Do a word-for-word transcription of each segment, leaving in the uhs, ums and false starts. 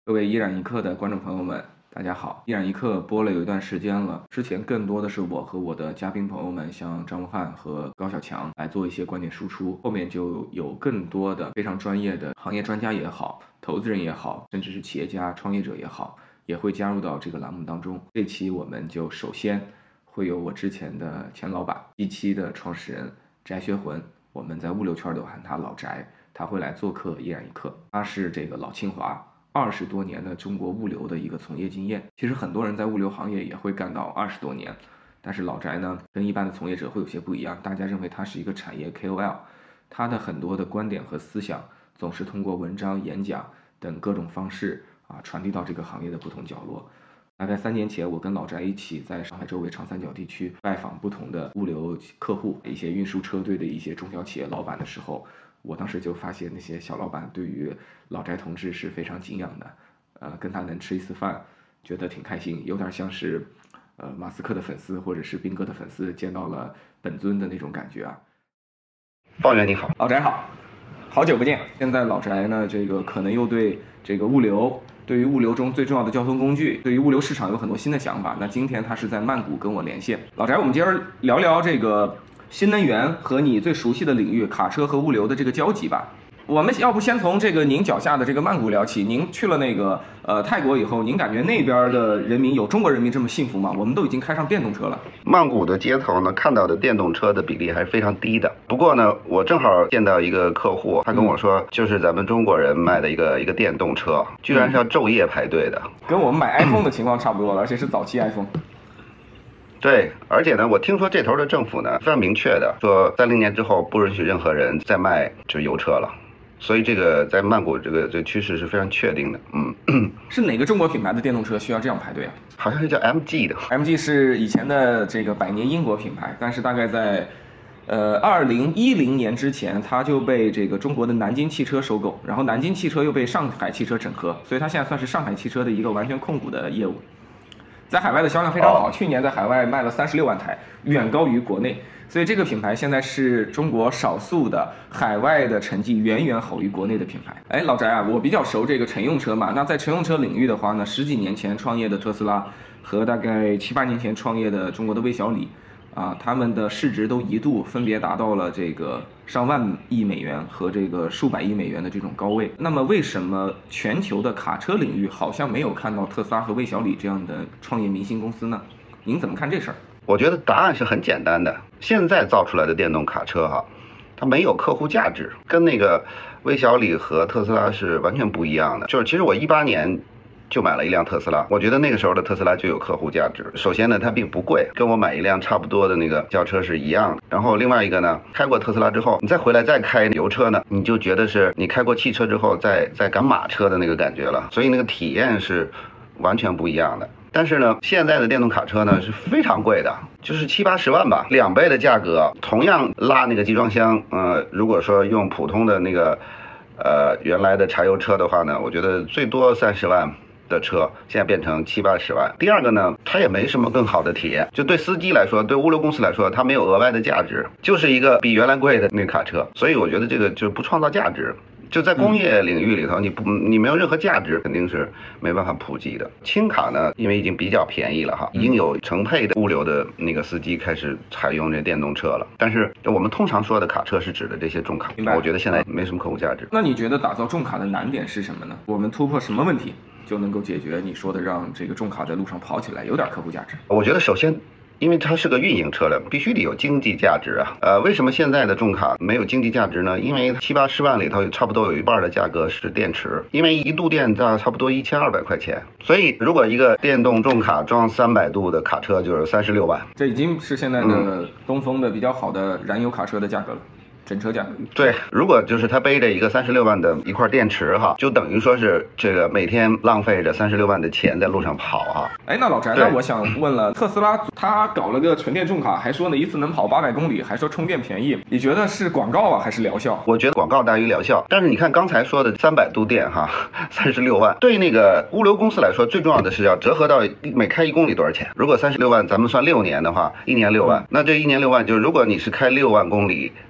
各位一燃一刻的观众朋友们，大家好！一燃一刻播了有一段时间了，之前更多的是我和我的嘉宾朋友们，像张文瀚和高小强来做一些观点输出，后面就有更多的非常专业的行业专家也好，投资人也好，甚至是企业家、创业者也好，也会加入到这个栏目当中。这期我们就首先会有我之前的前老板一期的创始人翟学魂，我们在物流圈都喊他老翟，他会来做客一燃一刻。他是这个老清华二十多年的中国物流的一个从业经验。其实很多人在物流行业也会干到二十多年，但是老翟呢跟一般的从业者会有些不一样，大家认为他是一个产业 K O L， 他的很多的观点和思想总是通过文章、演讲等各种方式啊传递到这个行业的不同角落。大概三年前，我跟老翟一起在上海周围长三角地区拜访不同的物流客户、一些运输车队的一些中小企业老板的时候，我当时就发现那些小老板对于老翟同志是非常敬仰的，呃，跟他能吃一次饭，觉得挺开心，有点像是，呃，马斯克的粉丝或者是斌哥的粉丝见到了本尊的那种感觉啊。 抱员你好， 老翟好，好久不见。现在老翟呢，这个可能又对这个物流，对于物流中最重要的交通工具，对于物流市场有很多新的想法。那今天他是在曼谷跟我连线。老翟，我们今儿聊聊这个新能源和你最熟悉的领域卡车和物流的这个交集吧。我们要不先从这个您脚下的这个曼谷聊起。您去了那个呃泰国以后，您感觉那边的人民有中国人民这么幸福吗？我们都已经开上电动车了。 曼谷的街头呢，看到的电动车的比例还是非常低的。不过呢，我正好见到一个客户，他跟我说，嗯、就是咱们中国人卖的一个一个电动车，居然是要昼夜排队的， 跟我们买 iPhone 的情况差不多了，而且是早期 iPhone。 对，而且呢，我听说这头的政府呢非常明确的说，三零年之后不允许任何人再卖就是油车了。所以这个在曼谷这个这个趋势是非常确定的。嗯， 是哪个中国品牌的电动车需要这样排队啊？ 好像是叫 M G 的。 M G 是以前的这个百年英国品牌，但是大概在呃二零一零年之前，它就被这个中国的南京汽车收购，然后南京汽车又被上海汽车整合，所以它现在算是上海汽车的一个完全控股的业务。在海外的销量非常好，去年在海外卖了三十六万台，远高于国内。所以这个品牌现在是中国少数的海外的成绩远远好于国内的品牌。哎，老翟啊，我比较熟这个乘用车嘛。那在乘用车领域的话呢，十几年前创业的特斯拉和大概七八年前创业的中国的魏小李，啊，他们的市值都一度分别达到了这个上万亿美元和这个数百亿美元的这种高位。那么为什么全球的卡车领域好像没有看到特斯拉和魏小李这样的创业明星公司呢？您怎么看这事儿？ 我觉得答案是很简单的，现在造出来的电动卡车哈，它没有客户价值，跟那个魏小李和特斯拉是完全不一样的。就是其实我一八年就买了一辆特斯拉，我觉得那个时候的特斯拉就有客户价值。首先呢，它并不贵，跟我买一辆差不多的那个轿车是一样的。然后另外一个呢，开过特斯拉之后，你再回来再开油车呢，你就觉得是你开过汽车之后再再赶马车的那个感觉了，所以那个体验是完全不一样的。但是呢，现在的电动卡车呢是非常贵的，就是七八十万吧，两倍的价格，同样拉那个集装箱，呃，如果说用普通的那个，呃，原来的柴油车的话呢，我觉得最多三十万的车，现在变成七八十万。第二个呢，它也没什么更好的体验，就对司机来说，对物流公司来说，它没有额外的价值，就是一个比原来贵的那个卡车，所以我觉得这个就不创造价值。就在工业领域里头，你不你没有任何价值，肯定是没办法普及的。轻卡呢，因为已经比较便宜了哈，已经有成配的物流的那个司机开始采用这电动车了。但是我们通常说的卡车是指的这些重卡，我觉得现在没什么客户价值。 那你觉得打造重卡的难点是什么呢？我们突破什么问题就能够解决你说的让这个重卡在路上跑起来，有点客户价值？ 我觉得首先，因为它是个运营车辆，必须得有经济价值啊。呃，为什么现在的重卡没有经济价值呢？因为七八十万里头差不多有一半的价格是电池，因为一度电价差不多一千二百块钱，所以如果一个电动重卡装三百度的卡车就是三十六万， 这已经是现在的东风的比较好的燃油卡车的价格了。整车价。 对，如果就是他背着一个三十六万的一块电池哈，就等于说是这个每天浪费着三十六万的钱在路上跑哈。 哎，那老翟，那我想问了，特斯拉他搞了个纯电重卡，还说呢一次能跑八百公里，还说充电便宜，你觉得是广告啊还是疗效？ 我觉得广告大于疗效。但是你看刚才说的三百度电哈，三十六万，对那个物流公司来说，最重要的是要折合到每开一公里多少钱。如果三十六万咱们算六年的话，一年六万，那这一年六万就是如果你是开六万公里，那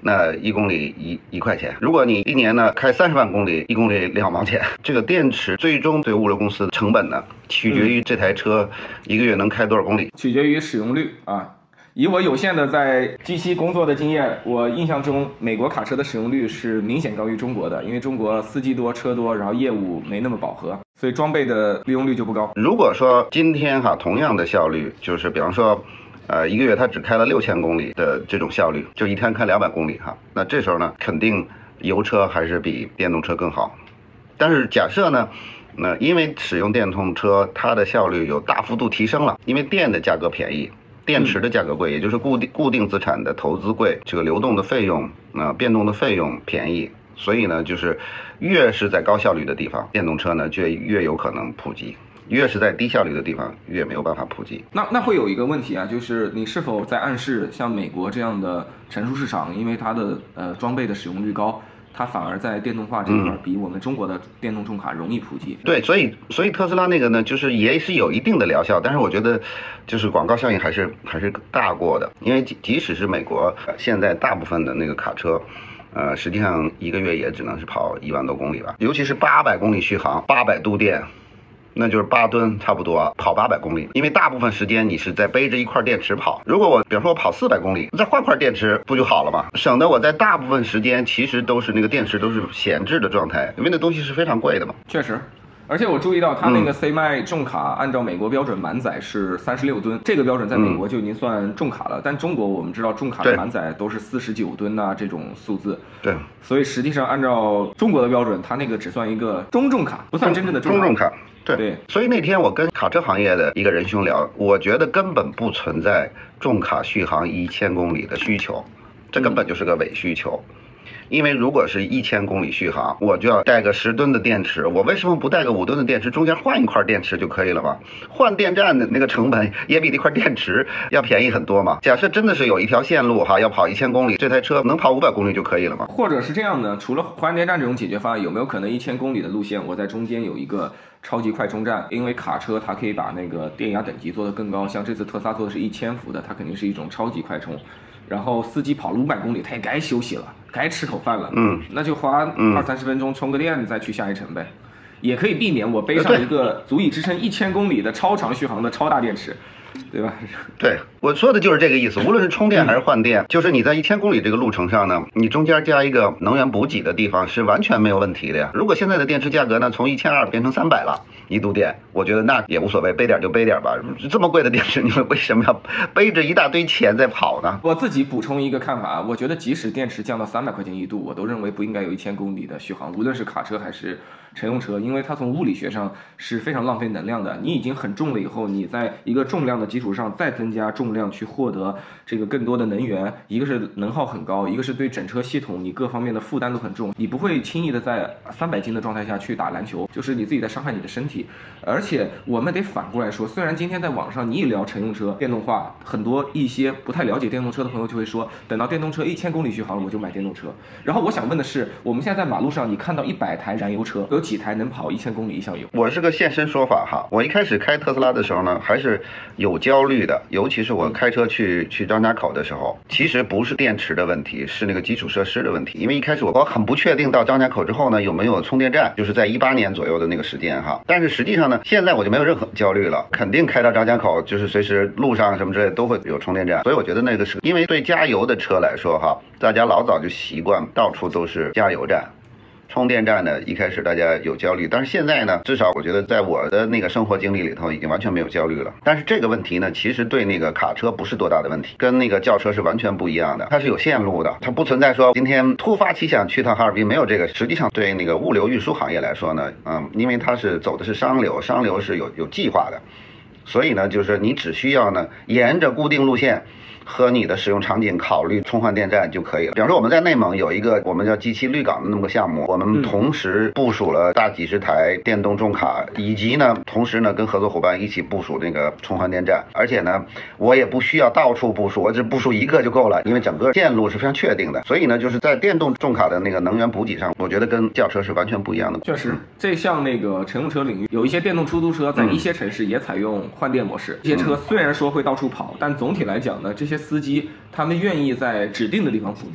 一公里一一块钱。如果你一年呢开三十万公里，一公里两毛钱。这个电池最终对物流公司的成本呢，取决于这台车一个月能开多少公里， 取决于使用率啊。以我有限的在 G 七工作的经验，我印象中美国卡车的使用率是明显高于中国的，因为中国司机多车多，然后业务没那么饱和，所以装备的利用率就不高。 如果说今天哈同样的效率，就是比方说呃一个月它只开了六千公里的这种效率，就一天开两百公里哈，那这时候呢肯定油车还是比电动车更好。但是假设呢那因为使用电动车它的效率有大幅度提升了，因为电的价格便宜，电池的价格贵，也就是固定固定资产的投资贵，这个流动的费用啊、呃、变动的费用便宜，所以呢就是越是在高效率的地方，电动车呢就越有可能普及，越是在低效率的地方越没有办法普及。 那那会有一个问题啊，就是你是否在暗示像美国这样的成熟市场，因为它的呃装备的使用率高，它反而在电动化这块比我们中国的电动重卡容易普及。 嗯、对，所以所以特斯拉那个呢，就是也是有一定的疗效，但是我觉得就是广告效应还是还是大过的，因为即使是美国现在大部分的那个卡车。呃，实际上一个月也只能是跑一万多公里吧，尤其是八百公里续航，八百度电，那就是八吨差不多，跑八百公里。因为大部分时间你是在背着一块电池跑，如果我比方说我跑四百公里，再换块电池不就好了吗？省得我在大部分时间其实都是那个电池都是闲置的状态，因为那东西是非常贵的嘛。 确实。而且我注意到它那个 C 迈重卡按照美国标准满载是三十六吨，这个标准在美国就已经算重卡了，但中国我们知道重卡的满载都是四十九吨呐、啊、这种数字。 对， 所以实际上按照中国的标准，它那个只算一个中重卡，不算真正的中重卡。对对， 所以那天我跟卡车行业的一个仁兄聊，我觉得根本不存在重卡续航一千公里的需求，这根本就是个伪需求。因为如果是一千公里续航，我就要带个十吨的电池，我为什么不带个五吨的电池，中间换一块电池就可以了吗？换电站的那个成本也比那块电池要便宜很多嘛。假设真的是有一条线路哈，要跑一千公里，这台车能跑五百公里就可以了嘛？ 或者是这样的，除了换电站这种解决方案，有没有可能一千公里的路线，我在中间有一个超级快充站？因为卡车它可以把那个电压等级做得更高，像这次特斯拉做的是一千伏的，它肯定是一种超级快充。然后司机跑了五百公里，他也该休息了，该吃口饭了， 嗯， 那就花二三十分钟充个电，再去下一程呗，也可以避免我背上一个足以支撑一千公里的超长续航的超大电池。对吧？ 对，我说的就是这个意思。无论是充电还是换电，嗯、就是你在一千公里这个路程上呢，你中间加一个能源补给的地方是完全没有问题的呀。如果现在的电池价格呢从一千二变成三百了一度电，我觉得那也无所谓，背点就背点吧。这么贵的电池，你们为什么要背着一大堆钱在跑呢？ 我自己补充一个看法，我觉得即使电池降到三百块钱一度，我都认为不应该有一千公里的续航，无论是卡车还是乘用车，因为它从物理学上是非常浪费能量的。你已经很重了以后，你在一个重量的基础上再增加重量去获得这个更多的能源，一个是能耗很高，一个是对整车系统你各方面的负担都很重，你不会轻易的在三百斤的状态下去打篮球，就是你自己在伤害你的身体。而且我们得反过来说，虽然今天在网上你一聊乘用车电动化，很多一些不太了解电动车的朋友就会说，等到电动车一千公里续航我就买电动车。然后我想问的是，我们现在在马路上你看到一百台燃油车，有几台能跑一千公里一箱油？ 我是个现身说法哈，我一开始开特斯拉的时候呢，还是有焦虑的，尤其是我开车去去张家口的时候，其实不是电池的问题，是那个基础设施的问题。因为一开始我很不确定到张家口之后呢有没有充电站，就是在一八年左右的那个时间哈。但是实际上呢，现在我就没有任何焦虑了，肯定开到张家口就是随时路上什么之类的都会有充电站。所以我觉得那个是因为对加油的车来说哈，大家老早就习惯到处都是加油站。充电站呢，一开始大家有焦虑，但是现在呢，至少我觉得在我的那个生活经历里头，已经完全没有焦虑了。但是这个问题呢，其实对那个卡车不是多大的问题，跟那个轿车是完全不一样的。它是有线路的，它不存在说今天突发奇想去趟哈尔滨，没有这个。实际上对那个物流运输行业来说呢，嗯，因为它是走的是商流，商流是有有计划的，所以呢，就是你只需要呢沿着固定路线和你的使用场景考虑充换电站就可以了。比方说我们在内蒙有一个我们叫 G 七绿港的那么个项目，我们同时部署了大几十台电动重卡，以及呢同时呢跟合作伙伴一起部署那个充换电站，而且呢我也不需要到处部署，我只部署一个就够了，因为整个线路是非常确定的。所以呢就是在电动重卡的那个能源补给上，我觉得跟轿车是完全不一样的。 确实，这像那个乘用车领域，有一些电动出租车在一些城市也采用换电模式，这些车虽然说会到处跑，但总体来讲呢，这些司机他们愿意在指定的地方补能，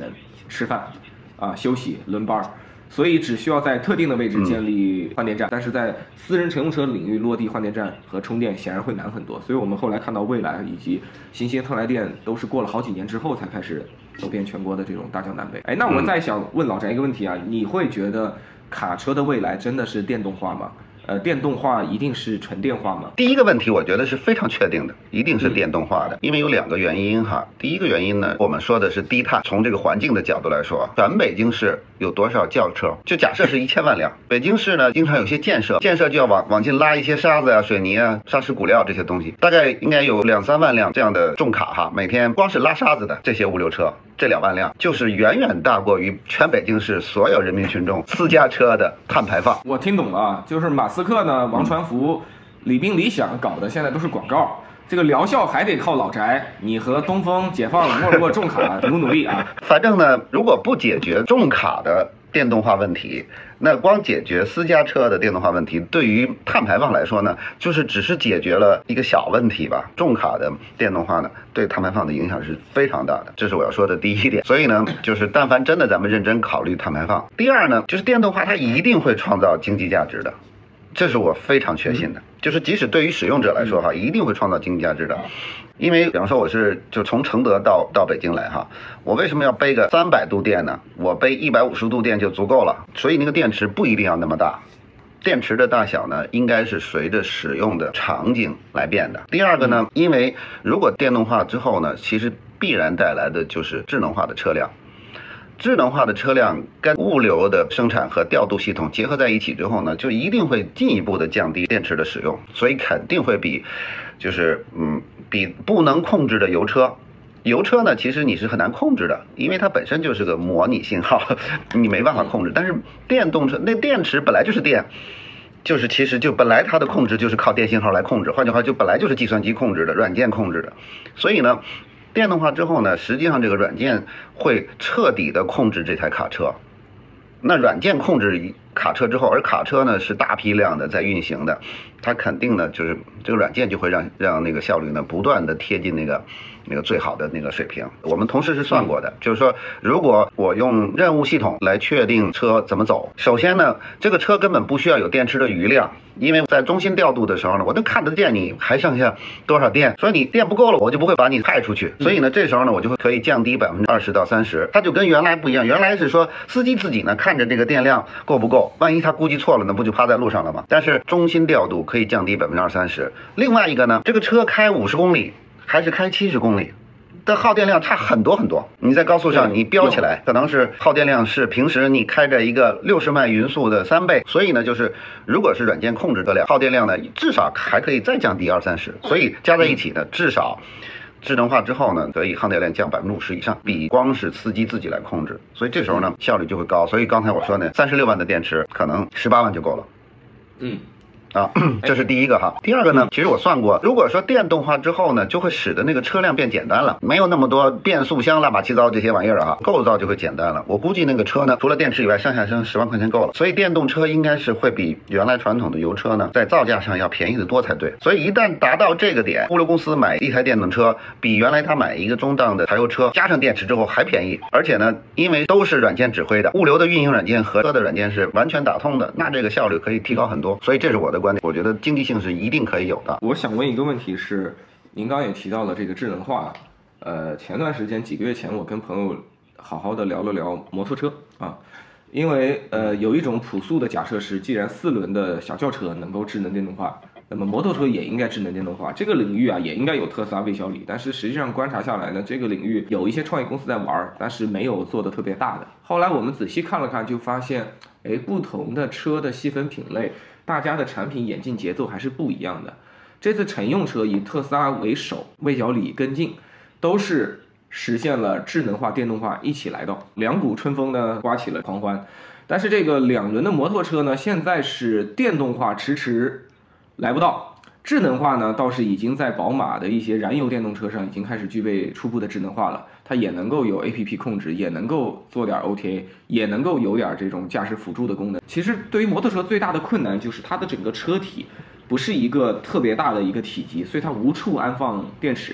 吃饭、啊休息、轮班，所以只需要在特定的位置建立换电站。嗯、但是在私人乘用车领域落地换电站和充电显然会难很多。所以我们后来看到蔚来以及新兴特来电都是过了好几年之后才开始走遍全国的这种大江南北。哎，那我再想问老翟一个问题啊，你会觉得卡车的未来真的是电动化吗？呃，电动化一定是纯电化吗？ 第一个问题，我觉得是非常确定的，一定是电动化的，嗯、因为有两个原因哈。第一个原因呢，我们说的是低碳，从这个环境的角度来说，全北京市有多少轿车？就假设是一千万辆，北京市呢经常有些建设，建设就要往往进拉一些沙子啊、水泥啊、砂石骨料这些东西，大概应该有两三万辆这样的重卡哈，每天光是拉沙子的这些物流车。这两万辆就是远远大过于全北京市所有人民群众私家车的碳排放。 我听懂了啊，就是马斯克呢、王传福、李斌、李想搞的现在都是广告，这个疗效还得靠老翟，你和东风、解放、沃尔沃重卡努努力啊。 反正呢，如果不解决重卡的电动化问题，那光解决私家车的电动化问题，对于碳排放来说呢，就是只是解决了一个小问题吧。重卡的电动化呢，对碳排放的影响是非常大的，这是我要说的第一点。所以呢，就是但凡真的咱们认真考虑碳排放，第二呢，就是电动化它一定会创造经济价值的，这是我非常确信的。就是即使对于使用者来说哈，一定会创造经济价值的。因为比方说我是就从承德到到北京来哈，我为什么要背个三百度电呢？我背一百五十度电就足够了。所以那个电池不一定要那么大，电池的大小呢，应该是随着使用的场景来变的。第二个呢，因为如果电动化之后呢，其实必然带来的就是智能化的车辆。智能化的车辆跟物流的生产和调度系统结合在一起之后呢，就一定会进一步的降低电池的使用，所以肯定会比就是嗯比不能控制的油车。油车呢，其实你是很难控制的，因为它本身就是个模拟信号，你没办法控制。但是电动车那电池本来就是电，就是其实就本来它的控制就是靠电信号来控制，换句话就本来就是计算机控制的、软件控制的。所以呢，电动化之后呢，实际上这个软件会彻底的控制这台卡车。那软件控制卡车之后，而卡车呢是大批量的在运行的，它肯定呢就是这个软件就会让让那个效率呢不断的贴近那个那个最好的那个水平。我们同时是算过的，就是说如果我用任务系统来确定车怎么走，首先呢这个车根本不需要有电池的余量，因为在中心调度的时候呢，我都看得见你还剩下多少电，所以你电不够了，我就不会把你派出去。所以呢这时候呢我就会可以降低百分之二十到三十，它就跟原来不一样。原来是说司机自己呢看着这个电量够不够，万一他估计错了，那不就趴在路上了吗？但是中心调度可以降低百分之二三十。另外一个呢，这个车开五十公里还是开七十公里的耗电量差很多很多。你在高速上你飙起来，可能是耗电量是平时你开着一个六十迈匀速的三倍。所以呢，就是如果是软件控制得了，耗电量呢至少还可以再降低二三十。所以加在一起呢，至少智能化之后呢，可以耗电量降百分之五十以上，比光是司机自己来控制。所以这时候呢，效率就会高。所以刚才我说呢，三十六万的电池可能十八万就够了。 嗯。 啊，这是第一个哈。第二个呢，其实我算过，如果说电动化之后呢，就会使得那个车辆变简单了，没有那么多变速箱、乱七八糟这些玩意儿啊，构造就会简单了。我估计那个车呢，除了电池以外，上下升十万块钱够了。所以电动车应该是会比原来传统的油车呢，在造价上要便宜得多才对。所以一旦达到这个点，物流公司买一台电动车，比原来他买一个中档的柴油车加上电池之后还便宜。而且呢，因为都是软件指挥的，物流的运营软件和车的软件是完全打通的，那这个效率可以提高很多。所以这是我的观点，我觉得经济性是一定可以有的。 我想问一个问题是，您刚刚也提到了这个智能化，呃，前段时间几个月前，我跟朋友好好的聊了聊摩托车啊，因为呃有一种朴素的假设是，既然四轮的小轿车能够智能电动化，那么摩托车也应该智能电动化。这个领域啊，也应该有特斯拉、魏小李，但是实际上观察下来呢，这个领域有一些创业公司在玩，但是没有做的特别大的。后来我们仔细看了看，就发现，哎，不同的车的细分品类，大家的产品演进节奏还是不一样的。这次乘用车以特斯拉为首，魏小李跟进，都是实现了智能化、电动化一起来到，两股春风呢刮起了狂欢。但是这个两轮的摩托车呢，现在是电动化迟迟来不到，智能化呢倒是已经在宝马的一些燃油电动车上已经开始具备初步的智能化了，它也能够有 A P P 控制，也能够做点 O T A， 也能够有点这种驾驶辅助的功能。其实对于摩托车最大的困难就是它的整个车体不是一个特别大的一个体积，所以它无处安放电池。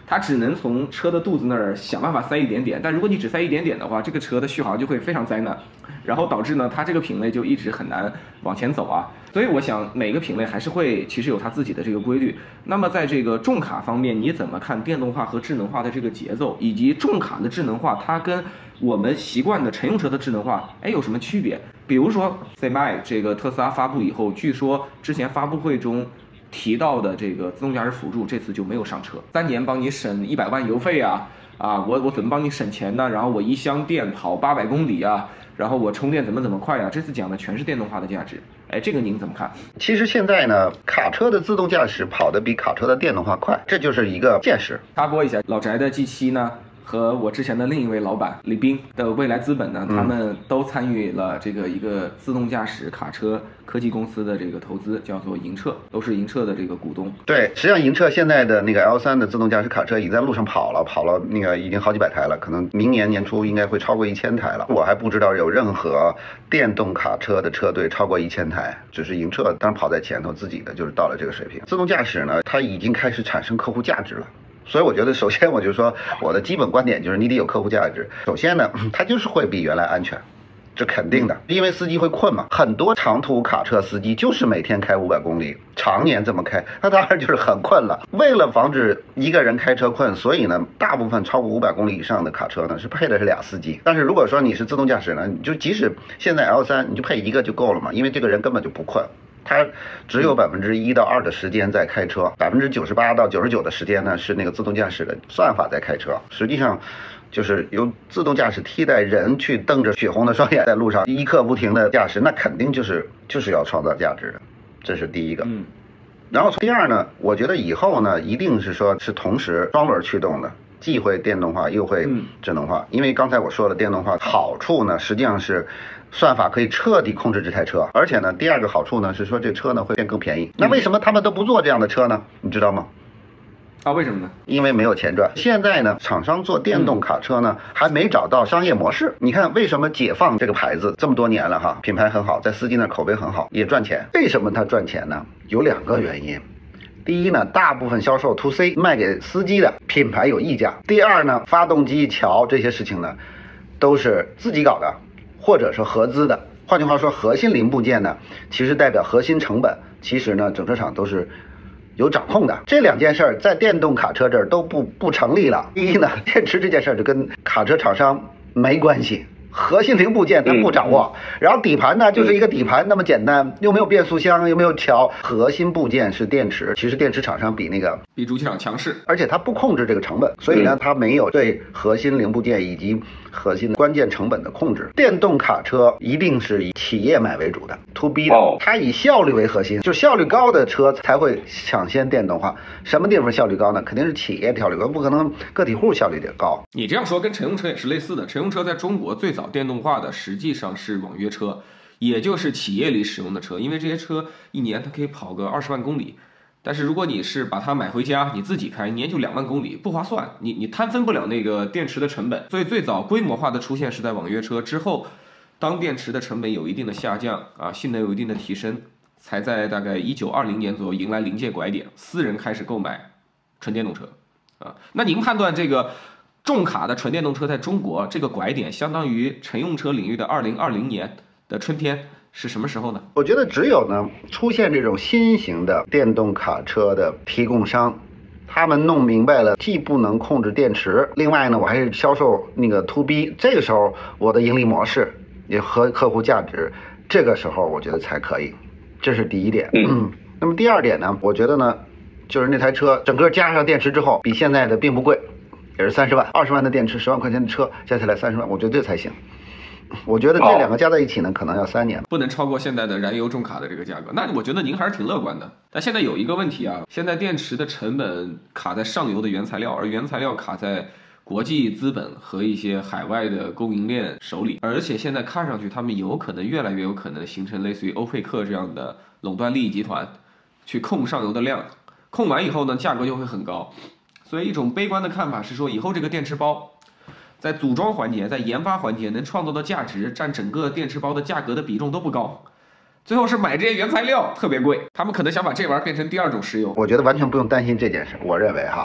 它只能从车的肚子那儿想办法塞一点点，但如果你只塞一点点的话，这个车的续航就会非常灾难，然后导致呢，它这个品类就一直很难往前走啊。所以我想每个品类还是会其实有它自己的这个规律。那么在这个重卡方面，你怎么看电动化和智能化的这个节奏，以及重卡的智能化它跟我们习惯的乘用车的智能化，哎，有什么区别？比如说 Semi 这个特斯拉发布以后，据说之前发布会中提到的这个自动驾驶辅助，这次就没有上车，三年帮你省一百万油费啊，啊，我我怎么帮你省钱呢？然后我一箱电跑八百公里啊，然后我充电怎么怎么快啊？这次讲的全是电动化的价值，哎，这个您怎么看？ 其实现在呢，卡车的自动驾驶跑得比卡车的电动化快，这就是一个现实。 插播一下，老翟的 G 七呢？和我之前的另一位老板李斌的未来资本呢，他们都参与了这个一个自动驾驶卡车科技公司的这个投资，叫做银澈，都是银澈的这个股东。 对，实际上银澈现在的那个 L 三的自动驾驶卡车已经在路上跑了，跑了那个已经好几百台了，可能明年年初应该会超过一千台了。我还不知道有任何电动卡车的车队超过一千台，只是银澈当然跑在前头，自己的就是到了这个水平。自动驾驶呢，它已经开始产生客户价值了。所以我觉得，首先我就说我的基本观点就是你得有客户价值。首先呢，它就是会比原来安全，这肯定的，因为司机会困嘛。很多长途卡车司机就是每天开五百公里，常年这么开，他当然就是很困了。为了防止一个人开车困，所以呢，大部分超过五百公里以上的卡车呢是配的是俩司机。但是如果说你是自动驾驶呢，你就即使现在 L 三，你就配一个就够了嘛，因为这个人根本就不困。它只有百分之一到二的时间在开车，百分之九十八到九十九的时间呢是那个自动驾驶的算法在开车。实际上，就是由自动驾驶替代人去瞪着血红的双眼在路上一刻不停的驾驶，那肯定就是就是要创造价值的，这是第一个。嗯。然后第二呢，我觉得以后呢一定是说是同时双轮驱动的，既会电动化又会智能化。因为刚才我说了，电动化好处呢实际上是算法可以彻底控制这台车，而且呢，第二个好处呢是说这车呢会变更便宜。那为什么他们都不做这样的车呢？你知道吗？ 啊，为什么呢？ 因为没有钱赚。现在呢，厂商做电动卡车呢，还没找到商业模式。你看，为什么解放这个牌子这么多年了哈，品牌很好，在司机那口碑很好，也赚钱。为什么它赚钱呢？有两个原因。第一呢，大部分销售 to C 卖给司机的品牌有溢价。第二呢，发动机、桥这些事情呢，都是自己搞的，或者是合资的。换句话说，核心零部件呢，其实代表核心成本，其实呢，整车厂都是有掌控的。这两件事儿在电动卡车这儿都不不成立了。第一呢，电池这件事儿就跟卡车厂商没关系。核心零部件它不掌握，然后底盘呢就是一个底盘那么简单，又没有变速箱，又没有桥，核心部件是电池。其实电池厂商比那个比主机厂强势， 而且它不控制这个成本，所以呢它没有对核心零部件以及核心关键成本的控制。电动卡车一定是以企业买为主的 to B 的，它以效率为核心，就效率高的车才会抢先电动化。什么地方效率高呢？肯定是企业效率高，不可能个体户效率得高。 你这样说跟乘用车也是类似的，乘用车在中国最早电动化的实际上是网约车，也就是企业里使用的车，因为这些车一年它可以跑个二十万公里，但是如果你是把它买回家你自己开，一年就两万公里，不划算，你你摊分不了那个电池的成本。所以最早规模化的出现是在网约车之后，当电池的成本有一定的下降啊，性能有一定的提升，才在大概一九二零年左右迎来临界拐点，私人开始购买纯电动车啊。那您判断这个重卡的纯电动车在中国这个拐点，相当于乘用车领域的二零二零年的春天是什么时候呢？ 我觉得只有呢出现这种新型的电动卡车的提供商，他们弄明白了既不能控制电池，另外呢我还是销售那个 to B， 这个时候我的盈利模式也和客户价值，这个时候我觉得才可以，这是第一点。嗯，那么第二点呢，我觉得呢就是那台车整个加上电池之后比现在的并不贵，也是三十万，二十万的电池，十万块钱的车，加起来三十万，我觉得这才行。我觉得这两个加在一起呢，可能要三年， 不能超过现在的燃油重卡的这个价格。那我觉得您还是挺乐观的。但现在有一个问题啊，现在电池的成本卡在上游的原材料，而原材料卡在国际资本和一些海外的供应链手里，而且现在看上去他们有可能越来越有可能形成类似于欧佩克这样的垄断利益集团，去控上游的量，控完以后呢，价格就会很高。所以一种悲观的看法是说，以后这个电池包在组装环节、在研发环节能创造的价值占整个电池包的价格的比重都不高，最后是买这些原材料特别贵，他们可能想把这玩意儿变成第二种石油。 我觉得完全不用担心这件事，我认为哈，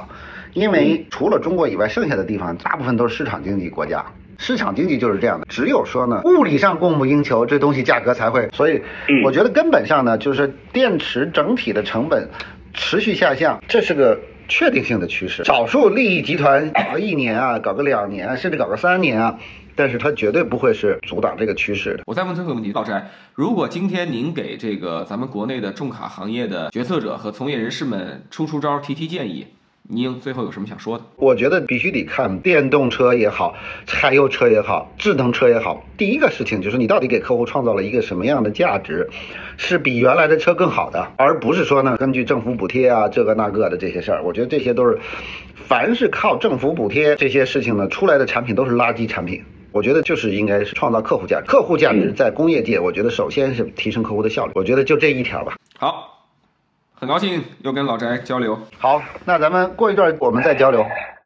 因为除了中国以外，剩下的地方大部分都是市场经济国家。市场经济就是这样的，只有说呢，物理上供不应求，这东西价格才会。所以，我觉得根本上呢，就是电池整体的成本持续下降，这是个确定性的趋势。少数利益集团搞个一年啊，搞个两年啊，甚至搞个三年啊，但是它绝对不会是阻挡这个趋势的。 我再问最后一个问题，老翟，如果今天您给这个咱们国内的重卡行业的决策者和从业人士们出出招、提提建议，您最后有什么想说的？ 我觉得必须得看电动车也好，柴油车也好，智能车也好。第一个事情就是你到底给客户创造了一个什么样的价值，是比原来的车更好的，而不是说呢根据政府补贴啊这个那个的这些事儿。我觉得这些都是，凡是靠政府补贴这些事情呢出来的产品都是垃圾产品。我觉得就是应该是创造客户价值，客户价值在工业界，我觉得首先是提升客户的效率。我觉得就这一条吧。 好。很高兴又跟老翟交流。 好，那咱们过一段我们再交流。